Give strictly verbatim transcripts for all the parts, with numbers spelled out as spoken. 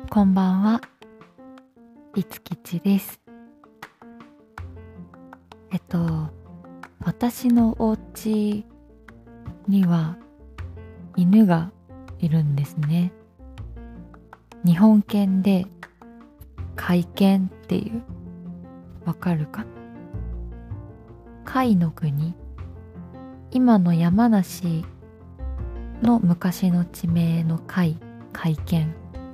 こんばんは、いつきちです。えっと、私のお家には犬がいるんですね。日本犬で甲斐犬っていう、わかるかな？甲斐の国、今の山梨の昔の地名の甲斐、甲斐犬。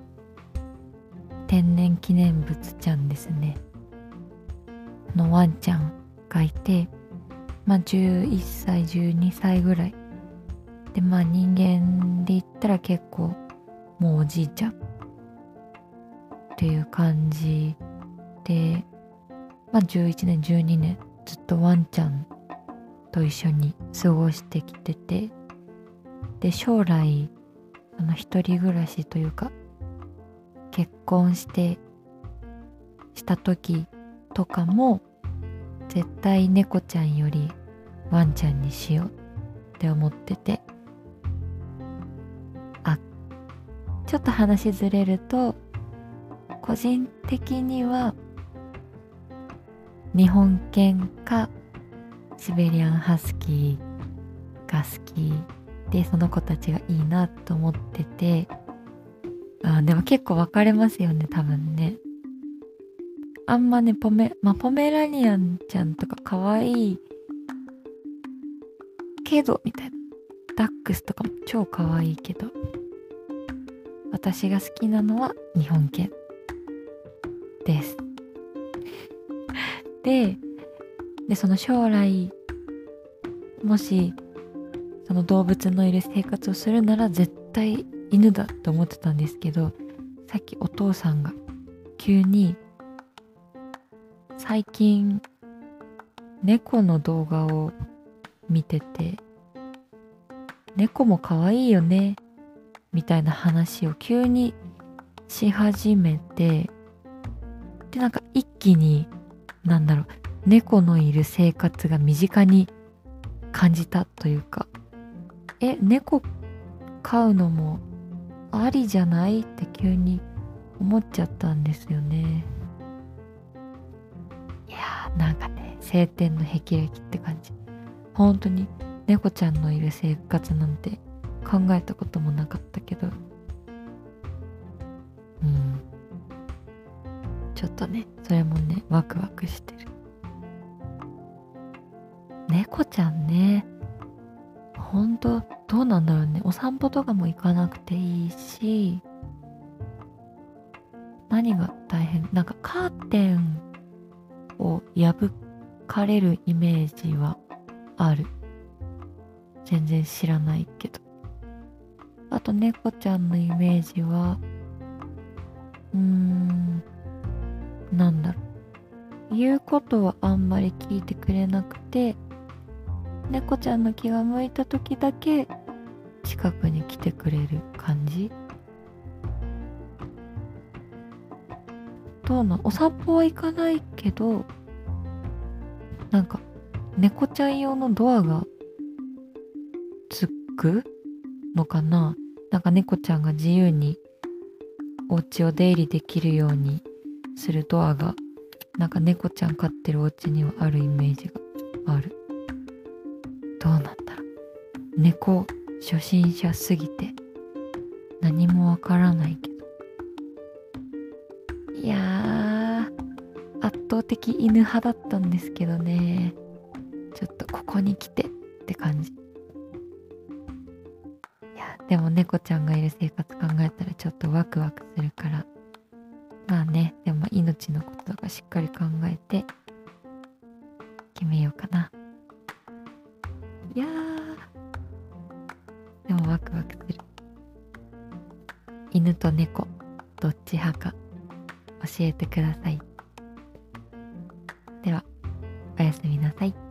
天然記念物ちゃんですね。のワンちゃんがいて、まあじゅういっさい、じゅうにさいぐらい。で、まあ人間で言ったら結構もうおじいちゃんっていう感じで、まあじゅういちねん、じゅうにねんずっとワンちゃんと一緒に過ごしてきてて、で、将来、あの一人暮らしというか、結婚してした時とかも絶対猫ちゃんよりワンちゃんにしようって思ってて、あ、ちょっと話ずれると、個人的には日本犬かシベリアンハスキーが好きで、その子たちがいいなと思ってて、あ、でも結構分かれますよね、多分ね。あんまね、ポメ、まあ、ポメラニアンちゃんとか可愛いけど、みたいな。ダックスとかも超可愛いけど、私が好きなのは日本犬です。で、で、その将来、もし、その動物のいる生活をするなら絶対犬だと思ってたんですけど、さっきお父さんが急に、最近猫の動画を見てて、猫も可愛いよねみたいな話を急にし始めて、で、なんか一気に、なんだろう、猫のいる生活が身近に感じたというか、え、猫飼うのもありじゃないって急に思っちゃったんですよね。いやー、なんかね、晴天の霹靂って感じ。本当に猫ちゃんのいる生活なんて考えたこともなかったけど、うん、ちょっとね、それもね、ワクワクしてる。猫ちゃんね、ほんとどうなんだろうね。お散歩とかも行かなくていいし、何が大変、なんかカーテンを破かれるイメージはある。全然知らないけど。あと猫ちゃんのイメージは、うーん、なんだろう。言うことはあんまり聞いてくれなくて、猫ちゃんの気が向いた時だけ近くに来てくれる感じ。どうなん、お散歩は行かないけど、なんか猫ちゃん用のドアがつくのかな。なんか猫ちゃんが自由にお家を出入りできるようにするドアが、なんか猫ちゃん飼ってるお家にはあるイメージがある。どうなんだろう。猫初心者すぎて何もわからないけど。いやー、圧倒的犬派だったんですけどね。ちょっとここに来てって感じ。いや、でも猫ちゃんがいる生活考えたらちょっとワクワクするから。まあね、でも命のこととかしっかり考えて決めようかな。いやー、でもワクワクする。犬と猫、どっち派か教えてください。では、おやすみなさい。